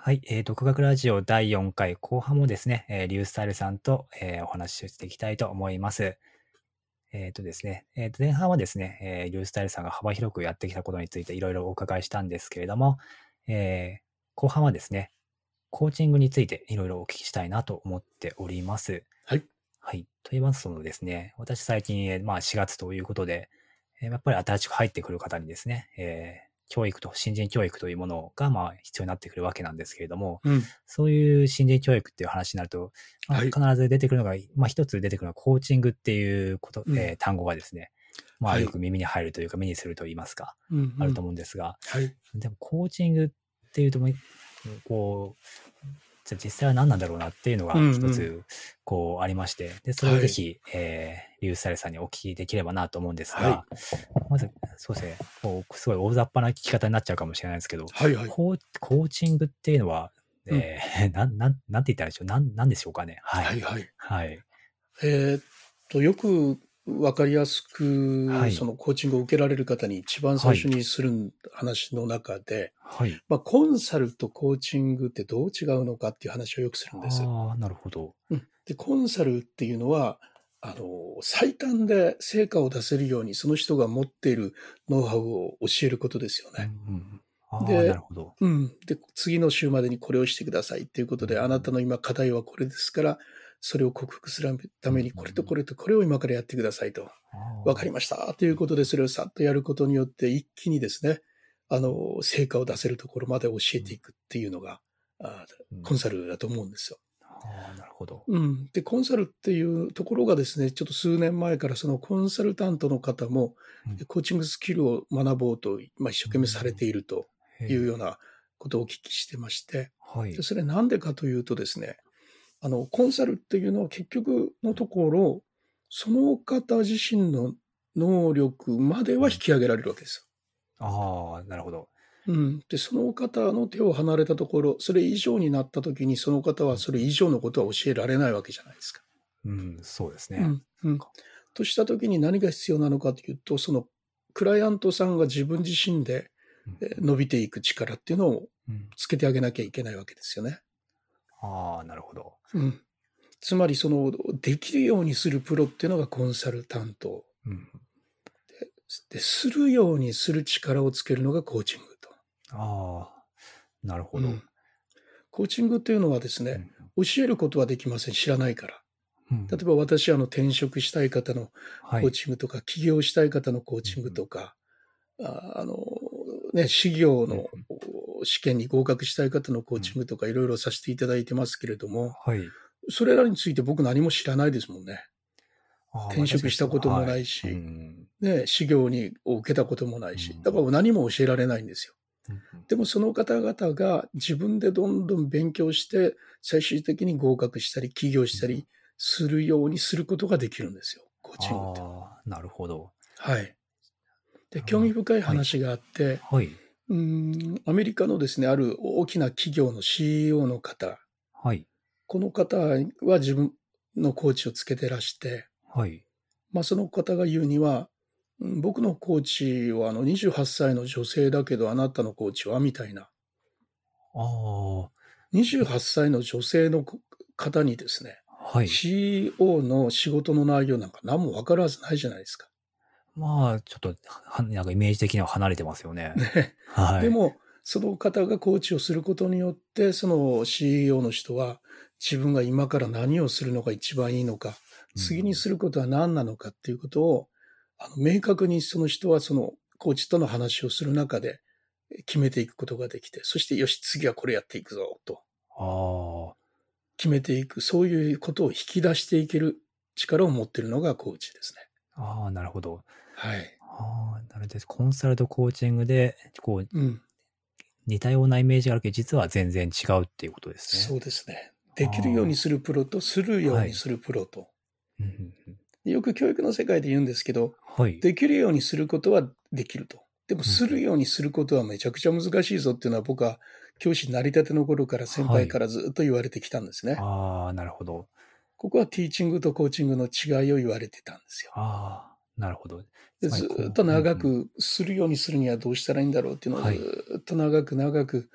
はい、独学ラジオ第4回後半もですね、リュースタイルさんと、お話をしていきたいと思います。ですね、前半はですね、リュースタイルさんが幅広くやってきたことについていろいろお伺いしたんですけれども、後半はですね、コーチングについていろいろお聞きしたいなと思っております。 はい。 はい。と言いますとですね、私最近、4月ということで、やっぱり新しく入ってくる方にですね、新人教育というものが、必要になってくるわけなんですけれども、 うん。 そういう新人教育っていう話になると、 はい。 必ず出てくるのが、一つ出てくるのはコーチングっていうこと、 うん。 単語がですね、 はい。 よく耳に入るというか、目にすると言いますか、 うんうん。 あると思うんですが、 はい。 でもコーチングっていうと、こう、じゃあ実際は何なんだろうなっていうのうんがうん。 一つ、ありまして、で、それをはい。 ぜひ、リュースタイルさんにお聞きできればなと思うんですはい。 が、まず、そうですね、すごい大雑把な聞き方になっちゃうかもしれないですけど、 はいはい。 コーチングっていうのは、 うん。 なんて言ったらいいんでしょう。なんでしょうかね。はい。 はいはい。 はい。 えーっよくわかりやすく、 はい。 コーチングを受けられる方に一番最初はい。 にする話の中で、 はい。 コンサルとコーチングってどう違うのかっていう話をよくするんです。 ああ、なるほど。 うん。で、コンサルっていうのは、最短で成果を出せるように、その人が持っているノウハウを教えることですようんうね。 ん。ああ、なで、 るほど。 うん。で、次の週までにこれをしてくださいっていうことで、あなたうんの今課題はこれですから、それを克服するたうん。 めに、これとこれとこれを今からやってくださいと。 あわかりあ。 ましたということで、それをさっとやることによって、一気にですね、成果を出せるところまで教えうんていくっていうのが、あうん。 コンサルだと思うんですよ。 ああ、なるほど。 うん。で、コンサルっていうところがですね、ちょっと数年前からそのコンサルタントの方も、 うん。 コーチングスキルを学ぼうと、一生う懸命されん。 ているというへえ。 ようなことをお聞きしてまして、で、 はい。 それなんでかというとですね、コンサルっていうのは結局のところ、その方自身の能力までうん。 は引き上げられるわけですああ、なるほど。 よ。うん。で、その方の手を離れたところ、それ以上になった時に、その方はそれ以上のことは教えられないわけじゃないですか。 うん、そうですね。 うん、うん。 かとしたときに何が必要なのかというと、そのクライアントさんが自分自身でうん伸びていく力っていうのをうん。 つけてあげなきゃいけないわけですよね。 ああ、なるほど。 うん。つまりできるようにするプロっていうのがコンサルタントうん。 で、するようにする力をつけるのがコーチングと。 ああ、なるほど。 うん。コーチングっていうのはですね、 うん。 教えることはできません。知らないから。 うん。 例えば私、転職したい方のコーはい。 チングとか、起業したい方のコーチングうん。 とか、ああの、事業うん。 の試験に合格したい方のコーうん。 チングとかいろいろさせていただいてますけれども、 はい。 それらについて僕何も知らないですもんね。 ああ、 転職確かにそう、 したこともはい。うないし、 ん。 ね、修行を受けたこともないし、だうん。 から何も教えられないんですよ。 うん。 でもその方々が自分でどんどん勉強して、最終的に合格したり起業うん。 したりするようにすることができるんですよ、コーチングって。 ああ、なるほど。 はい。で、興味あ深いあ、はい。 話があって、 はい。 アメリカのですね、ある大きな企業の CEO の方、 はい。 この方は自分のコーチをつけてらして、 はい。 その方が言うには、僕のコーチは28歳の女性だけど、あなたのコーチはみたいな。 ああ、 28歳の女性の方にですね、 はい。 CEO の仕事の内容なんか何も分かるはずないじゃないですか。 ちょっと、なんかイメージ的には離れてますよね。 ね。 はい。 でも、その方がコーチをすることによって、その CEO の人は、自分が今から何をするのが一番いいのか、 うん。 次にすることは何なのかっていうことを、明確にその人はそのコーチとの話をする中で決めていくことができて、そしてよし、次はこれやっていくぞ、とああ。 決めていく、そういうことを引き出していける力を持っているのがコーチですね。 ああ、なるほど。 はい。 ああ、なるほど。コンサルとコーチングで、 うん。 似たようなイメージがあるけど、実は全然違うっていうことですね。 そうですね。できるようにあするプロと、するあ、はい。 ようにするプロと。 うんうんうん。 よく教育の世界で言うんですけど、 はい。 できるようにすることはできると。でも、 うんうん。 するようにすることはめちゃくちゃ難しいぞっていうのは僕は教師になりたての頃から先はい。 輩からずっと言われてきたんですね。 ああ、なるほど。 ここはティーチングとコーチングの違いを言われてたんですよ。 ああ、なるほど。 で、 つまりずっとうんうん。 長くするようにするにはどうしたらいいんだろうっていうのをはい。 ずっと長く長く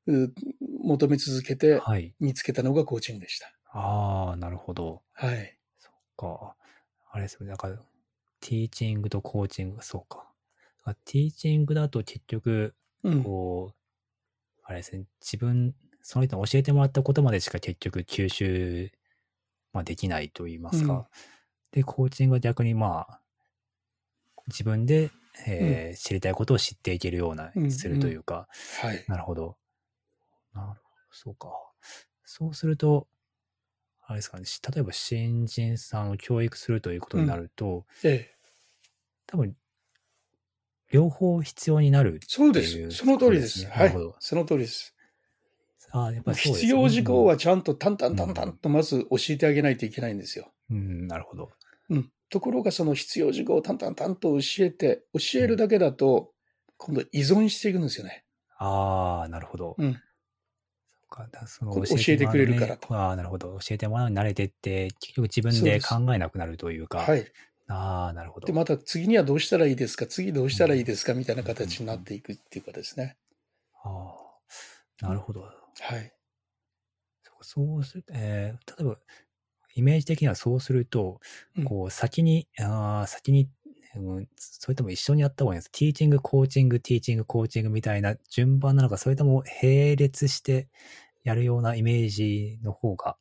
求め続けてはい。 見つけたのがコーチングでした。 ああ、なるほど。 はい。 そっか。あれですよね。ティーチングとコーチング、そうか。ティーチングだと結局、 うん。 こう、あれですね、その人に教えてもらったことまでしか結局吸収、できないと言いまうん。 すか。で、コーチングは逆に自分で、 うん。 知りたいことを知っていけるような、 うん。 するうん。 というか、 はい。 なるほど。なるほど、そうか。そうすると、あれですかね、例えば新人さんを教育するということになうん。 ると、 ええ。 多分、両方必要になるってそうです。 いうその通りです。 ことですね。なはい。 るほど。 その通りです。 やっぱりそうで必すよね。 要事項はちゃんとタンタンうん。 タンタンとまず教えてあげないといけないんですよ。 うん。なるほど。 うん。ところがその必要事項をタンタンタンと教うん。 えるだけだと、今度依存していくんですよね。 ああ、なるほど。 うん。 その教えても教えてくらうのね、 れるからと。 なるほど。教えてもらうのに慣れてって、結局自分で考そうです。 えなくなるというか、 はい。 ああ、なるほで、 ど。 また次にはどうしたらいいですか、次どうしうん。 たらいいですかみたいなうんうん形になうん。 っていくっていうかですね。 ああ、 うん。 なるほど。 はい。 そうする例えば、イメージ的にはそうすると、 うん。 先に、それとも一緒にやった方がいいんです。ティーチング、コーチング、ティーチング、コーチングみたいな順番なのか、それとも並列してやるようなイメージの方が、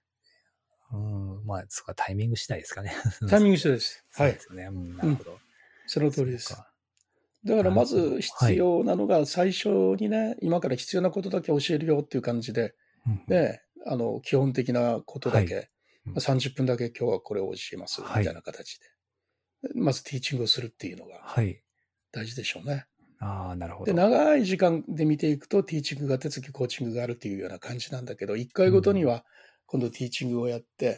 そこはタイミング次第ですかね。 タイミング一緒です。はい。 そうですよね。うん、なうん。 るほど。 その通りです。 そうか。 だからなるほど。 まず必はい。 要なのが最初にね、今から必要なことだけ教えるよっていう感じで、 うんうん。 ね、基本的なことはい。 だけ、 うん。 30分だけ今日はこれを教えますみたいはい。 な形で、まずティーチングをするっていうのがはい。 大事でしょうね。 ああ、なるほで、 ど。 長い時間で見ていくと、ティーチングがあって、次コーチングがあるっていうような感じなんだけど、1回うん。 ごとには、今度ティーチングをやって、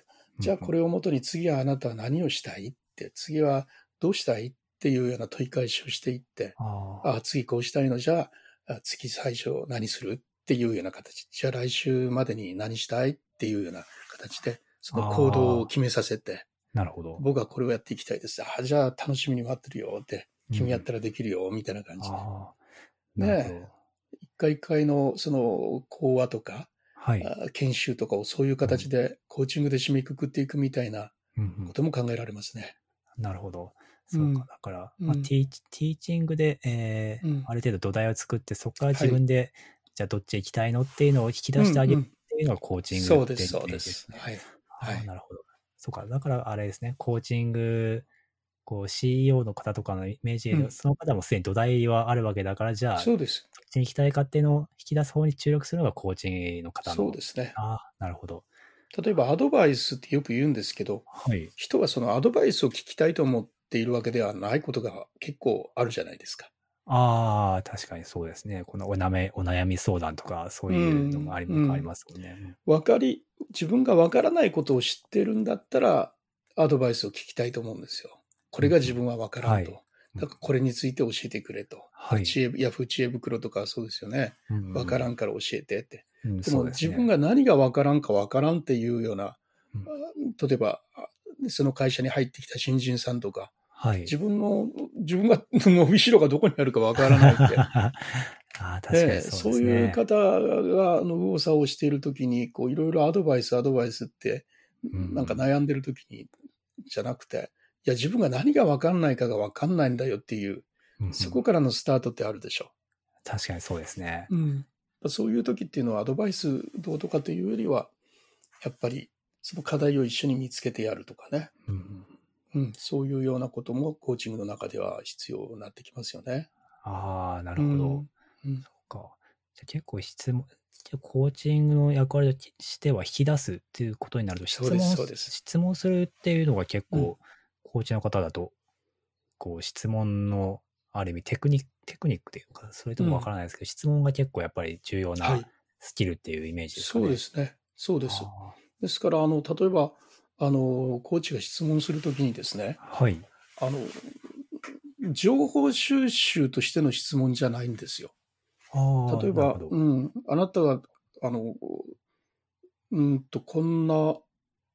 うんうん。 じゃあこれをもとに次はあなたは何をしたいって、次はどうしたいっていうような問い返しをしていって、 あああ、次こうしたいのじゃあ、次最初何するっていうような形。じゃあ来週までに何したいっていうような形で、そあ、 の行動をああ、 決めさせて、 なるほど。 僕はこれをやっていきたいです。ああ、じゃあ楽しみに待ってるよって、 うんうん。 君やったらできるよ、みたいな感じで。 ああ、なるほねど。 え、一回一回のその講話とか、 はい。 研修とかをそういううん。 形でコーチングで締めくくっていくみたいなうんうん。 ことも考えられますね。 なるほど。そうか。 うん。 だから、 うん。 ティーチングで、 うん。 ある程度土台を作って、そこからはい。 自分で、じゃあどっち行きたいのっていうのを引きうん。 出してあげるうん。 っていうのがコーチングっそうです、 てイメーそうです。 ジですね。 はい。はああ、 い。 なるほど。そうか。だからあれですね、コーチング、CEO の方とかのイメージで、 うん。 その方もすでに土台はあるわけだから、じゃあ、どそうです。 っちに行きたいかっていうのを引き出す方に注力するのがコーチの方の、 そうですね。 ああ、なるほど。 例えばアドバイスってよく言うんですけど、 はい。 人はそのアドバイスを聞きたいと思っているわけではないことが結構あるじゃないですか。 ああ、確かにそうですね。このお悩み相談とか、そうういうのん。 よくありうん。 ますもんね。うん。 わかり、自分がわからないことを知ってるんだったら、アドバイスを聞きたいと思うんですよ。これうんうん。 が自分はわからんと。 はい。うん。 だからこれについて教えてくれと。 はい。 ヤフー知恵袋とかそうですよね。 うんうわからんんから教えてって。 うん。うん、 でもそうですね。 自分が何がわからんかわからんっていうような、 うん。 例えば、その会社に入ってきた新人さんとか、 はい。 自分が伸びしろがどこにあるかわからないって。 ああ、確かにねえ、 そうでそういうすね。 方が、右往左往しているときに、いろいろアドバイスって、 うんうなんかん。 悩んでるときに、じゃなくて、いや、自分が何がわかんないかがわかんないんだよっていう、 うんうん。 そこからのスタートってあるでしょ確かにそうですね。 う。うん。そういう時っていうのは、アドバイスどうとかというよりは、やっぱり、その課題を一緒に見つけてやるとかね。 うんうん。 うん。そういうようなことも、コーチングの中では必要になってきますよね。 ああ、なるほど。 うん。うん。 そっか。じゃ、結構コーチングの役割としては引き出すっていうことになると、 そうです、そうです。 質問するっていうのが結うん。 構、コーチの方だと、質問のある意味テクニックというか、それともわかうん。 らないですけど、質問が結構やっぱり重要なはい。 スキルっていうイメージですかそうでね。 すね。そうです。 あですから、例えば、コーチが質問するときにですね、 あ、はい。 あの、情報収集としての質問じゃないんですよ。 ああ、 例えば、 なるほど。 うん、あなたが、あの、こんな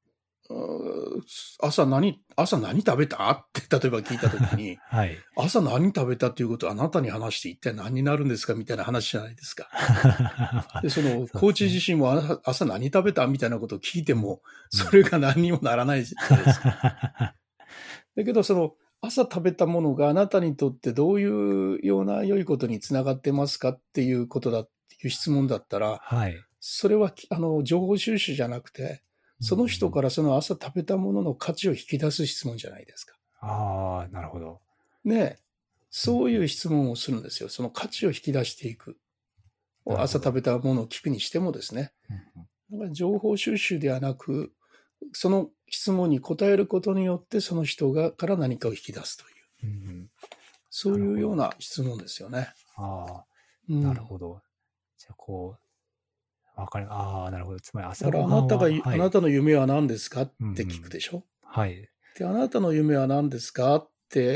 朝何食べたって例えば聞いたときに、 はい。 朝何食べたっていうことをあなたに話して一体何になるんですかみたいな話じゃないですか。で、そのコーチそうですね。 自身も朝何食べたみたいなことを聞いてうん。 も、 うん。 それが何にもならないじゃないですか。だけど、その朝食べたものがあなたにとってどういうような良いことにつながってますかっていうことだっていう質問だったら、 はい。 それは情報収集じゃなくて、 うんうその人ん。 からその朝食べたものの価値を引き出す質問じゃないですか。 ああ、なるほど。 ねえ。 うんうん。 そういう質問をするんですよ。その価値を引き出していく。朝なるほど。 食べたものを聞くにしてもですね。 うんうん。 だから情報収集ではなく、その質問に答えることによって、その人から何かを引き出すという、 うんうん。 そういうようなるほど。 な質問ですよね。 あうあ、なるん。 ほど。じゃあ、ああ、なるほど。つまり朝だからごはんはあはい。 なたの夢は何ですかっうんうて聞くん。 でしょ。 はい。 で、あなたの夢は何ですかって、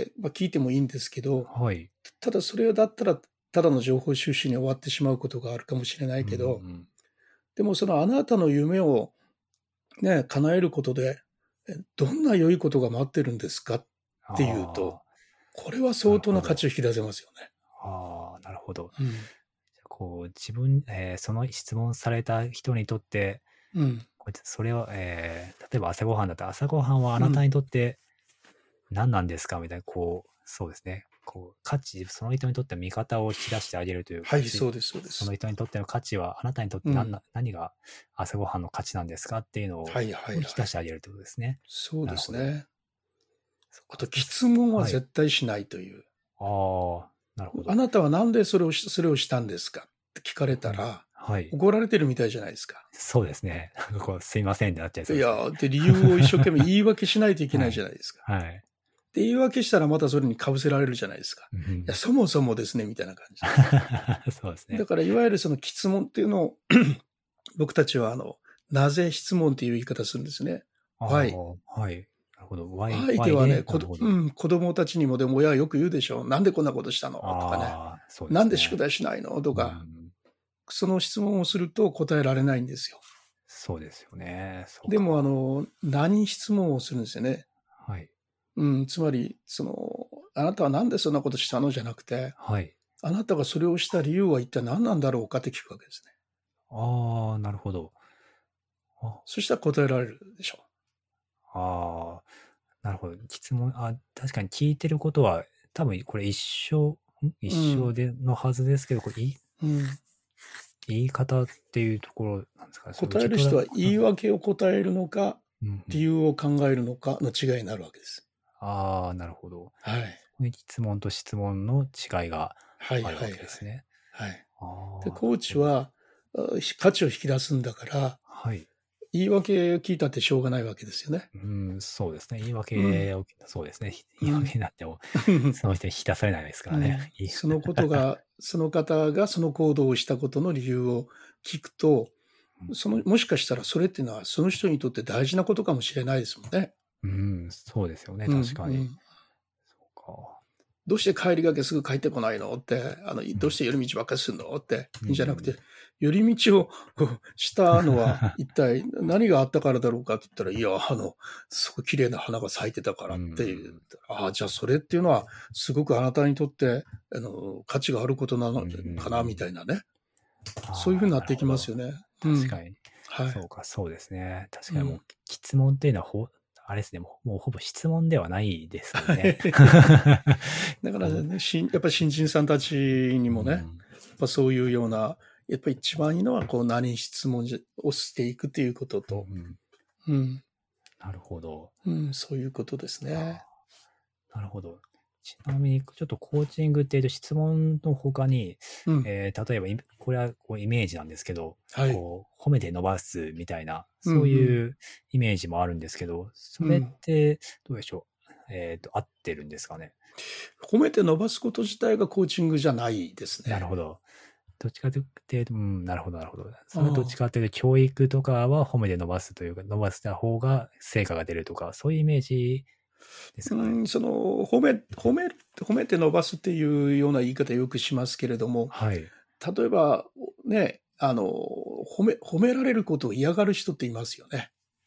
聞いてもいいんですけど、 はい。 ただそれだったら、ただの情報収集に終わってしまうことがあるかもしれなうんうんういけど、 ん。 でもそのあなたの夢をね、叶えることで、どんな良いことが待ってるんですかっていうと、 ああ、 これは相当な価なるほど。 値を引き出せますよね。 ああ、なるほど。 うん。 その質問された人にとって、 うん。 それを、例えば朝ごはんだったら、朝ごはんはあうん。 なたにとって何なんですかみたいな、そうですね。その人にとっての見方を引き出してあげるというはい、そうです、そうでそのす。 人にとっての価値は、あなたにとってうん。 何が朝ごはんの価値なんですかっていうのをはい、はい、 引はい。 き出してあげるということですね。 そうでなるほど。 すね。 そっか、 あと、質問ははい。 絶対しないという。 ああ、なるほど。 あなたはなんでそれをしたんですかって聞かれたうん。 ら、 はい。 怒られてるみたいじゃないですか。 そうですね。すいませんってなっちゃいそうですね。 いやで、理由を一生懸命言い訳しないといけないはい。 じゃないですか。 はい。 で、言い訳したらまたそれに被せられるじゃないですか。いや、 うん。 そもそもですね、みたいな感じで。 そうですね。 だから、いわゆるその質問っていうのを僕たちは、なぜ質問っていう言い方するんですね。 あ why。 あ、はい。なるほど。 why で Y はね、 で、なるほど。 子供たちにもでも親はよく言うでしょ。なんでこんなことしたのとかね。 ああ、そうでなんすね。 で宿題しないのとうか、 ん。 その質問をすると答えられないんですよ。 そうですよね。そうでも、 か。 何質問をするんですよね。 はい。 つまり、あなたはなんでそんなことしたのじゃなくて、 はい。 あなたがそれをした理由は一体何なんだろうかって聞くわけですね。 ああ、なるほど。あそしたら答えられるでしょああ、なるほど。確かに聞いてることは、多分これ一う。うん。 緒のはずですけど、 うん。 言い方っていうところなんですかね。 答える人はうん、 言い訳を答えるのか、 うんうん。 理由を考えるのかの違いになるわけです。 ああ、なるほど。 はい。 そこに質問と質問の違いがはいあるわはいはい。 けですね。 はい。 あで、 あ、なコーるほど。 チは、価値を引き出すんだから、 はい。 言い訳を聞いたってしょうがないわけですよね。 うん、そうですね。 うん。 そうですね。言いうん。 訳になっても、その人に引き出されないですからね。 うん。その方がその行動をしたことの理由を聞くと、もしかしたらそれっていうのはその人にとって大事なことかもしれないですもんね。 うん、そうですよね。 うん、 確かに。 うん。 そうか。 どうして帰りがけすぐ帰ってこないのって、 うん。 どうして寄り道ばっかりするのってうん言うんじゃなくて、 うん。 寄り道をしたのは一体何があったからだろうかって言ったら、いや、すごい綺麗な花が咲いてたかうらっていう。 ん。 ああ、じゃあそれっていうのは、すごくあなたにとって、価値があることなのうんうんうかな、みん。 たいなね。そういうふうああ、 になっていきなるほど。 ますよね。うん。 確かに。 はい。 そうですね。確かにもう、 うん。 質問っていうのはあれですね、もうほぼ質問ではないですもんね。 はい。だからね、やっぱり新人さんたちにもね、やっうん。 ぱそういうような、やっぱり一番いいのは、何質問をしていくということと、 うんうん。 うん、 なるほど。 うん、そういうことですね。 なるほど。ちなみに、ちょっとコーチングっていうと質問の他に、 うん、 例えばこれはイメージなんですけど、 はい。 褒めて伸ばすみたいな、 うん、うそうん、 いうイメージもあるんですけど、それっうん。 てどうでしょう。合ってるんですかね。 褒めて伸ばすこと自体がコーチングじゃないですね。 なるほど。どっちかというと、なるほど、なるほど。それはどっちあかというと、教育とかは褒めて伸ばすというか、伸ばした方が成果が出るとか、そういうイメージですかね。 褒めて伸ばすっていうような言い方よくしますけれども、 はい。 例えば、ね、褒められることを嫌がる人っていますよね。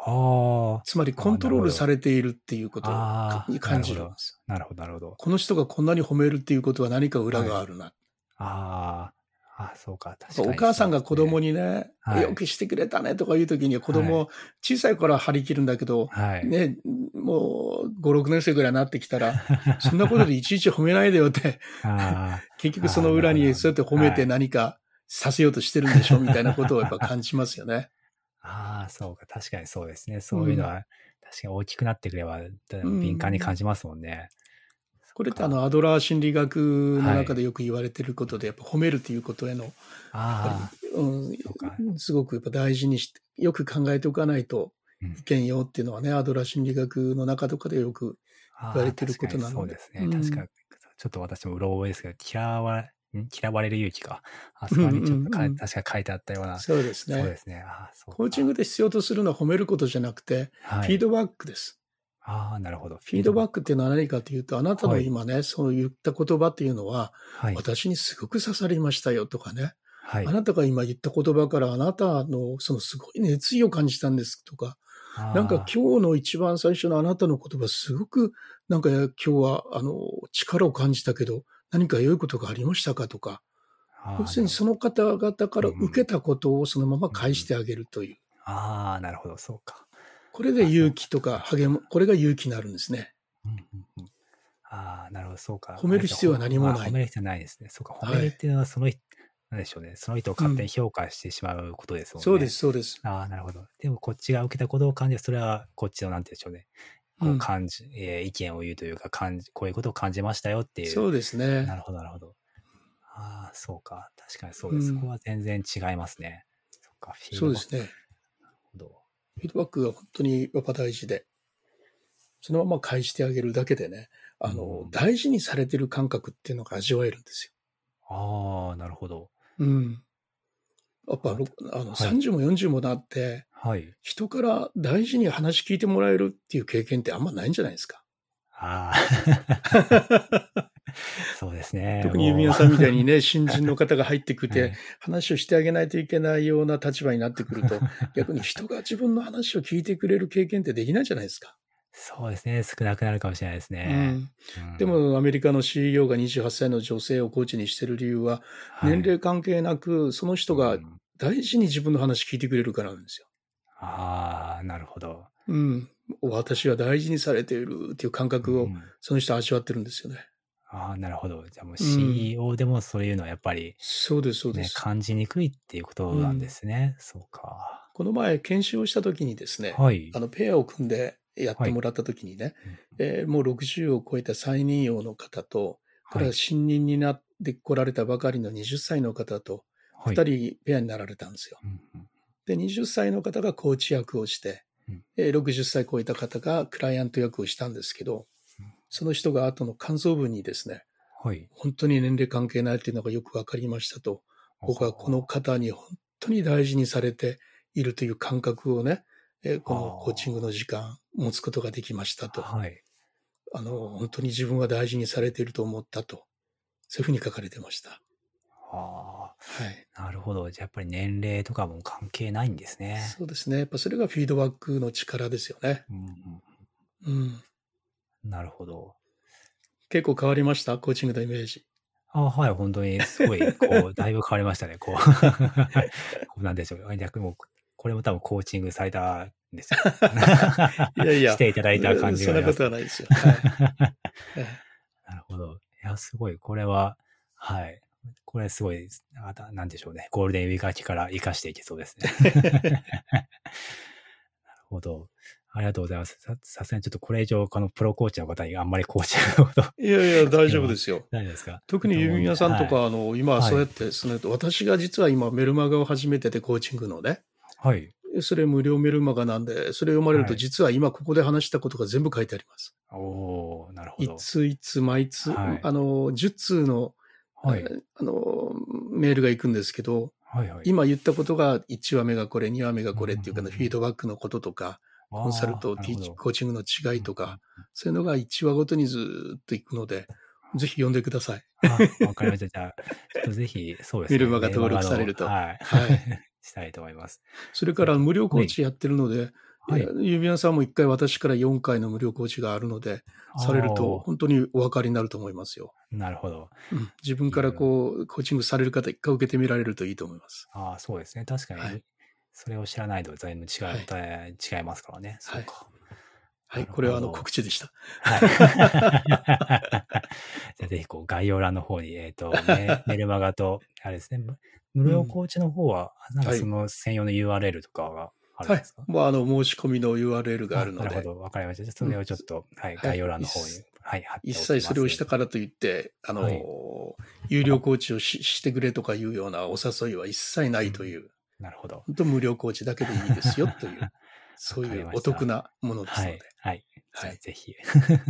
あつまりあ、ああ、 コントロールさなるほど。 れているっていうことああ、なに感るほど。 じるんです。 なるほどなるほど。 この人がこんなに褒めるっていうことは何か裏はい。 があるな。 ああ、あ、そうか、 なんか確かにそうお母さんがですね。 子供にね、 はい。 よくしてくれたねとかいう時には子はい。 供、小さい頃は張り切るんだけど、 はい。 ね、もう5、6年生ぐらいになってきたら、そんなことでいちいち褒めないでよって、 あ結局あ、ああ、 その裏なるほどなるほど。 にそうやって褒めてはい。 何かさせようとしてるんでしょみたいなことをやっぱ感じますよね。 ああ、そうか、確かにそうですね。 うん。 そういうのは、確かに大きくなってくれば、 う敏感にん。 感じますもんね。そっこれってか。 アドラー心理学のはい。 中でよく言われてることで、やっぱ褒めるということへの、やっぱり、 ああ、そうか。 すごくやっぱ大事にして、よく考えておかないとうん。 いけんよっていうのはね、アドラー心理学の中とかでよく言わああ、 れてるこ確かにとなので。 そうですね。確かうん。 に、ちょっと私もうろ覚えですけど、嫌われる勇気か。あそこにうんうんちょっとうん。 確か書いてあったような、 そうですね。 そうですね。ああ、そうコーチングか。 で必要とするのは褒めることじゃなくて、 はい。 フィードバックです。 ああ、なるほど。フフィードバックっィードバック。 ていうのは何かというと、あなたはい。 の今ね、そう言った言葉っていうのは、 はい。 私にすごく刺さりましたよとかね、 はい。 あなたが今言った言葉からあなたのそのすごい熱意を感じたんですとか、なんかあ今日の一番最初のあなたの言葉すごくなんか今日は力を感じたけど、何か良いことがありましたかとか、 あ、ああ、 要するになるほど。 その方々かうんうら受けん。 たことをそのままうんうん。 返してあげるという。 ああ、なるほど、そうか。 これであ、そうか、 勇気とか確かに。 これが勇気になるんですね。 うんうんうん。ああ、なるほど、そうか。 褒める必要は何もない。 褒める必要ないですね。そうか、褒めはい。 るっていうのはなんでしょうね、その人をうん。 勝手に評価してしまうことですもんね。 そうですそうです。 ああ、なるほど。でもこっちが受けたことを感じそれはこっちのなんて言うんでしょうね、 うん。 意見を言うというか、こういうことを感じましたよっていう。 そうですね。 なるほどなるほど。ああ、そうか。確かにそうです。そこうん。 は全然違いますね。そっか、フィードバック。 そうですね。 なるほど。 フィードバックが本当にやっぱ大事で、そのまま返してあげるだけでね、 うん。 大事にされてる感覚っていうのが味わえるんですああ、なるほど。 よ。うん。やっぱ、 あ、はい。 30も40もなって、 はい。 人から大事に話聞いてもらえるっていう経験ってあんまないんじゃないですか。 ああ。そうですね、 特にもう。 郵便屋さんみたいにね、新人の方が入ってきて、 はい。 話をしてあげないといけないような立場になってくると、逆に人が自分の話を聞いてくれる経験ってできないじゃないですか。 そうですね、少なくなるかもしれないですね。 うん。 うん。 でも、アメリカの CEO が28歳の女性をコーチにしてる理由は、 はい。 年齢関係なく、その人がうん。 大事に自分の話聞いてくれるからなんですよ。 ああ、なるほど。 うん。私は大事にされているっていう感覚を、 うん。 その人は味わってるんですよね。 ああ、なるほど。じゃあもううん。 CEO でもそういうのはやっぱりそうですそうでね、 す。 感じにくいっていうことなんでうん。 すね。そうか。 この前研修をした時にですね、 はい。 ペアを組んでやっはい。 てもらった時にね、 うん。 もう60を超えた再任用の方と、からはい。 新任になって来られたばかりの20歳の方と、 はい。 2人ペアになられたんですよ。 うんうん。 で、20歳の方がコーチ役をして、 うん。 60歳超えた方がクライアント役をしたんですけど、 うん。 その人が後の感想文にですね、 はい。 本当に年齢関係ないというのがよくわかりましたと、 お僕はこのお。 方に本当に大事にされているという感覚をね、このコーチングのあ時間持つことができましたあ。 と。 はい。 本当に自分は大事にされていると思ったと。そういうふうに書かれてました。 あはい。 あ、なるほど。じゃあやっぱり年齢とかも関係ないんですね。 そうですね。やっぱそれがフィードバックの力ですよね。 うんうんうん。 うん。なるほど。 結構変わりましたコーチングのイメージ。 あ、はい、本当にすごい、だいぶ変わりましたね。こうなんでしょう、逆にもう、これも多分コーチングされたんですよ。 いやいしや、 ていただいた感じそんなことはがありますね。 ないですよ。はい。 なるほど。いや、すごい、これは、はい。これすごい、なんでしょうね、ゴールデンウィーク明けから活かしていけそうですね。なるほど。ありがとうございます。さすがにちょっとこれ以上、このプロコーチの方にあんまりコーチのこといやいや、大聞くのは丈夫ですよ。 大丈夫ですか？ 特に郵と思うんで、 便屋さんとはい。 か、今はそうやっはい。 てですね、私が実は今メルマガを始めてて、コーチングのね。 はい。 それ無料メルマガなんで、それ読まれると、 はい。 実は今ここで話したことが全部書いてあります。 おお、なるほど。 いついつ、毎つ、 はい。 10通の、 はい。 あの、メールが行くんですけど、 はいはい。 今言ったことが1話目がこれ、2話目がうん、うんうんこれっていうかね、フィーうん。 ドバックのこととか、コンサルああ、 となるほど。 コーチングの違いうん、 とか、 うんうん。 そういうのが1話ごとにずっと行くので、ぜひ読んでください。 あ、わかりました。じゃあ、ちょっとぜひ、そうですね、 メルマガ登メルマガの、 録されると。 はい、 はい。 したいと思います。 それかそれと、 ら無料コはい。 ーチやってるので、 はい。 指輪さんも1回私から4回の無料コーチがあるので、されるとあ本当にお分かりになると思いますよ。 あ、なるほど。 うん。自分からいや、 こう、コーチングされる方、1回受けてみられるといいと思います。 ああ、そうですね。確かに、 はい。 それを知らないと全部はい。 違いますからね。 はい。 そうか。 はい。 なるこれはほど。 告知でした。 はい。じゃあぜひこう概要欄の方に、メルマガと、あれですね、無うん。 料コーチの方は、なんかはい。 その専用の URL とかがあるはい。 んですか？ もう申し込みの URL があるあ、なので、 るほど、わかりました。じゃあそうん。 れをちょっと、はい、 はい。 概要欄の方に、はい、貼ってお一切それをしきます。 たからといって、 はい。 有料コーチをしてくれとかいうようなお誘いは一切なうん、 いという、 なるほど。 本当無料コーチだけでいいですよという、 わそうかりました。 いうお得なものですので。 はい、はい。じはい。 ゃあぜひ。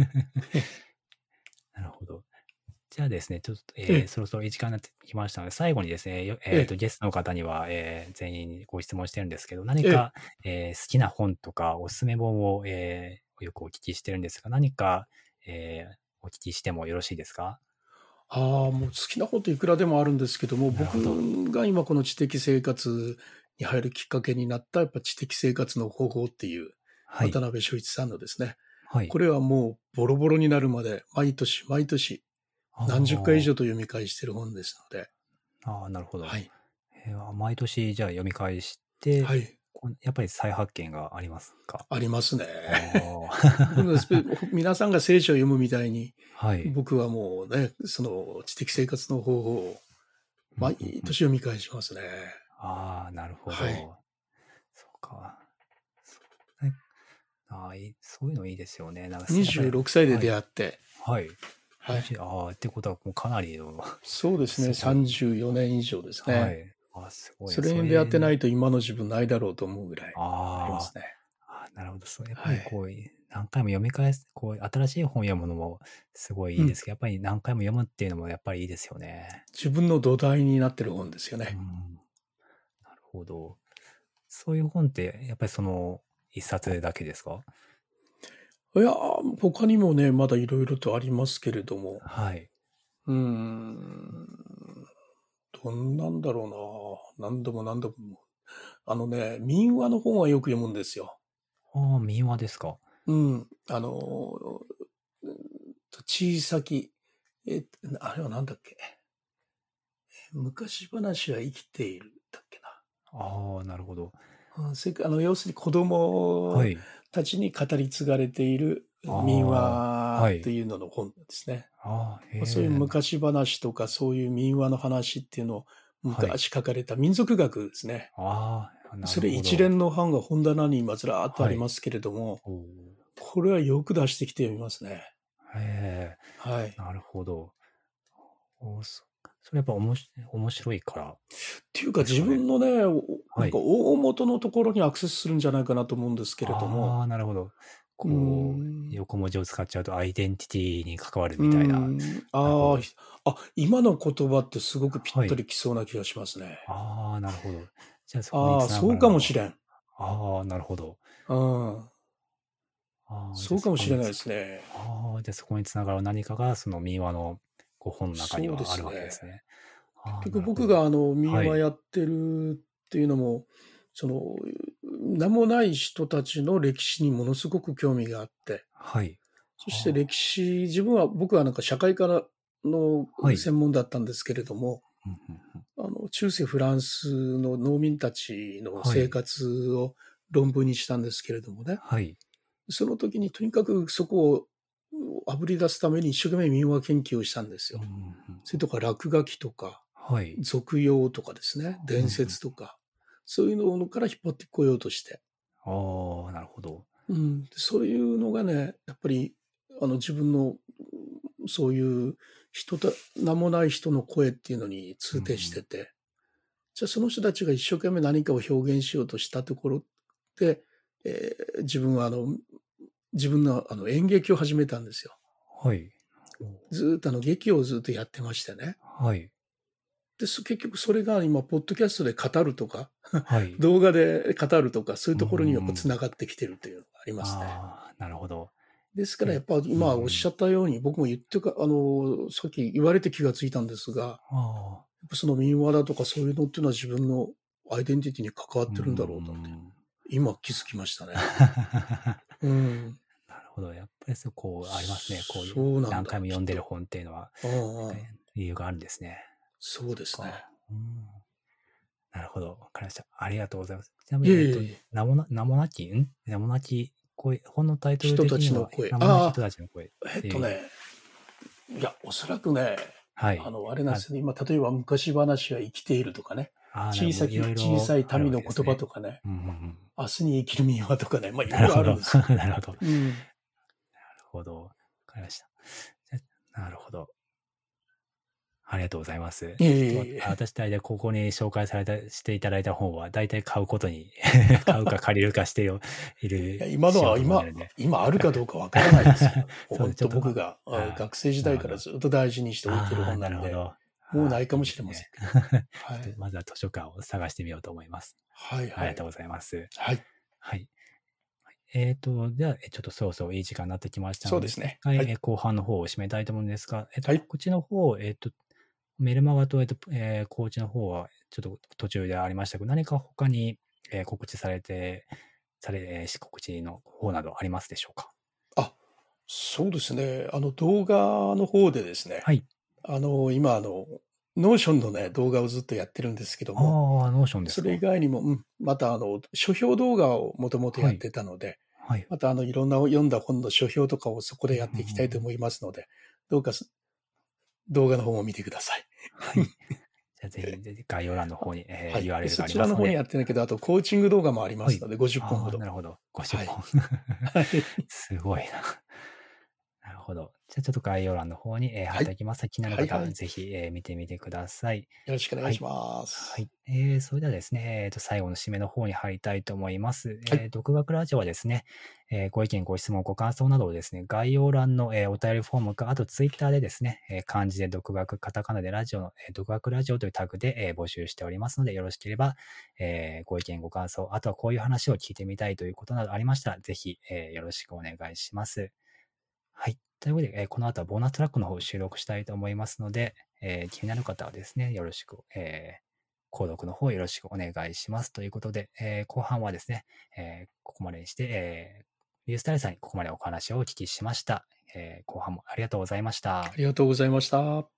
なるほど。じゃあですね、ちょっと、 ええ、 そろそろいい時間になってきましたので、最後にですね、 ええ、 ゲストの方には、全員にご質問してるんですけど、何ええ。 か、好きな本とかおすすめ本を、よくお聞きしてるんですが、何か、お聞きしてもよろしいですか？ ああ、もう好きなこといくらでもあるんですけども、 なるほど。 僕が今この知的生活に入るきっかけになった、やっぱ知的生活の方法っていう、 はい。 渡辺正一さんのですね、 はい。 これはもうボロボロになるまで、毎年毎年、何十回以あ上と読み返してる本ですので、 あ、ああ、なるほど。 はい。 毎年じゃあ読み返して、 はい。 やっぱり再発見がありますか？ ありますね。 あでも、 あ。 皆さんが聖書を読むみたいに、 はい。 僕はもうね、その知的生活の方法をうん毎うんうん。 年読み返しますね。 ああ、なるほはい。 ど。そうか。そうね、ああ、そういうのいいですよね。なんかやっぱり、 26歳ではい。 出会って、 はい。 はい。 ああ、ってことはもうかなりの、 そうですね、 すごい。 34年以上ですね。 はい。あ、すごいな。 それそに出会ってなれ、 いと今の自分ないだろうと思うぐらいありまあすね。 あ、なるほど。そう、やっぱはい。 り何回も読み返す、新しい本読むのもすごいうん。 いいですけど、やっぱり何回も読むっていうのもやっぱりいいですよね。 自分の土台になってる本ですようね。 ん。なるほど。そういう本って、やっぱりその一冊だけですか？ いやー、他にもね、まだいろいろとありますけれども、 はい。 うーん、どんなんだろうな。何度も何度も。民話の本はよく読むんですよ。 ああ、民話ですか。 うん。小さき、あれはなんだっけ。昔話は生きているだっけああ、なるほど。 な。うん、それか要するに子供はい。 たちに語り継がれている民ああ、 話ってはい。 いうのの本ですね。 ああ、へそういうえ、 昔話とかそういう民話の話っていうのをはい。 昔書かれた民族学ですね。 ああ、なそるほど。 れ一連の版が本棚に今ずらーっとあはい。 りますけれども、 おお。 これはよく出してきて読みますね。 へえ、 はい。 なるほど。それやっぱ面白いからっていうかですかね。 自分のね、なんかはい。 大元のところにアクセスするんじゃないかなと思うんですけれども、 ああ、なるほど。 うーん、 横文字を使っちゃうとアイデンティティに関わるうーみたいな。 ん、 なるほど。 今の言葉ってすごくぴっはい。 たりきそうな気がしますね。 ああ、なるほど。じゃあそこにああ、 繋そうがるのは、 かもしれん。 ああ、なるほど。 うん。 ああ、じゃあそうかもしれないですね。 じゃあそこに繋がる何かがその民話の本の中にそうではあるすね。 わけですね。ああ、 結局なるほど。 僕が民はい。 話やってるっていうのも、その、名もない人たちの歴史にものすごく興味があって、 はい。 そしては僕はなんか社会科のあ、はい。 専門だったんですけれども、 うんうんうん。 中世フランスの農民たちの生はい。 活を論文にしたんですけれどもね。 はい。 その時にとにかくそこをあぶり出すために一生懸命民話研究をしたんですよ。 うんうんうんうん。 それとか落書きとか、 はい。 俗用とかですね、伝うんうん。 説とか、そういうのから引っ張ってこようとして。 ああ、なるほど。 うん、そういうのがね、やっぱり自分のそういう名もない人の声っていうのにうんう通底してん。 て、じゃあその人たちが一生懸命何かを表現しようとしたところで、自分は自分の演劇を始めたんですよ。 はい。 ずーっと劇をずっとやってましてね。 はい。 で、結局それが今、ポッドキャストで語るとか、 はい。 動画で語るとか、そういううんうところにやっぱん。 繋がってきてるというのがありますね。 ああ、なるほど。 ですからやっぱうんう今おっしゃん。 ったように、僕も言ってか、さっき言われて気がついたんですが、 ああ、 やっぱその民話だとかそういうのっていうのは自分のアイデンティティに関わうーってるんだろうと思って。 ん。 今気づきましたね。 なうん。 るほど。やっぱりこう、ありますね。こういうそうなんだ、 何回も読んでるきっと。 本っていうのは、 うんうん。 理由があるんですね。 そうですね。 うんなるほど。わかりました。ありがとうございます。ちなみに、 いえいえいえ。 名もなき、名もなき声、本のタイトル人た的には、 ちの声。 名もなき人ああ、 たちの声っていう、 ね、いや、おそらくね、 はい。 あれなんですね。今、例えば昔話は生きているとかね。 なるほど。いろいろ小さいあるわ民の言葉けですね。 とかね。 うんうんうん。 明日に生きる民話とかね。まあ、いろいろなるほど。 あるんですよ。 なるほど。なるうん。 ほど。わかりました。なるほど。ありがとうございます。 いえいちょっとえいえ。 私大体ここに紹介していただいた本は、大体買うことに買うか借りるかしていいや、 る、 今のしようはと思ってるんで。 今あるかどうかわからないですけどね。もうそうです。 本ちょっと当僕が学生時代からなるほど。 ずっと大事にしておいてるああ、 本なんで、 なるほど。 もうないかいいもしれませんですね。 けど。はちょっとい。 まずは図書館を探してみようと思います。 はいはい。 ありがとうございます。 はい。 はい。では、ちょっとそろそろいい時間になってきましたので、 そうですね。 一回、 はい。 後半の方を締めたいと思うんですが、 はい。 告知の方、メルマガと、コーチの方は、ちょっと途中でありましたけど、何か他に、告知されて、告知の方などありますでしょうか？ あ、そうですね。動画の方でですね、 はい。 今、ノーションのね、動画をずっとやってるんですけども、 ああ、ノーションですそれ以か。 外にも、また、書評動画をもともとやっはい。 てたので、 はい。 また、いろんな読んだ本の書評とかをそこでうんうんやっていきたいとうんうん。 思いますので、どうか動画の方も見てください。 はい。じゃあぜひ概要欄の方に、 はい。で、 URL がそちらの方にありますので、 やってないけど、あとコーチング動画もありまはい。 すので、50本ほああ、 ど。 なるほど。50 はい。 本。 はい。 すごいな。なるほど。じゃあちょっと概要欄の方に、貼はい。 っておきます。気になる方ははいはい。 ぜひ、見てみてください。 よろしくお願はい。 いしまはい。 す。 それではですね、最後の締めの方に入りたいと思います。 はい。 独学ラジオはですね、ご意見、ご質問、ご感想などをですね、概要欄の、お便りフォームか、あとツイッターでですね、漢字で独学、カタカナでラジオの、独学ラジオというタグで、募集しておりますので、よろしければ、ご意見、ご感想、あとはこういう話を聞いてみたいということなどありましたら、ぜひ、よろしくお願いします。はい。ということで、この後はボーナストラックの方を収録したいと思いますので、気になる方はですね、よろしく、購読の方よろしくお願いしますということで、後半はですね、ここまでにして、リュースタイルさんにここまでお話をお聞きしました。後半もありがとうございました。 ありがとうございました。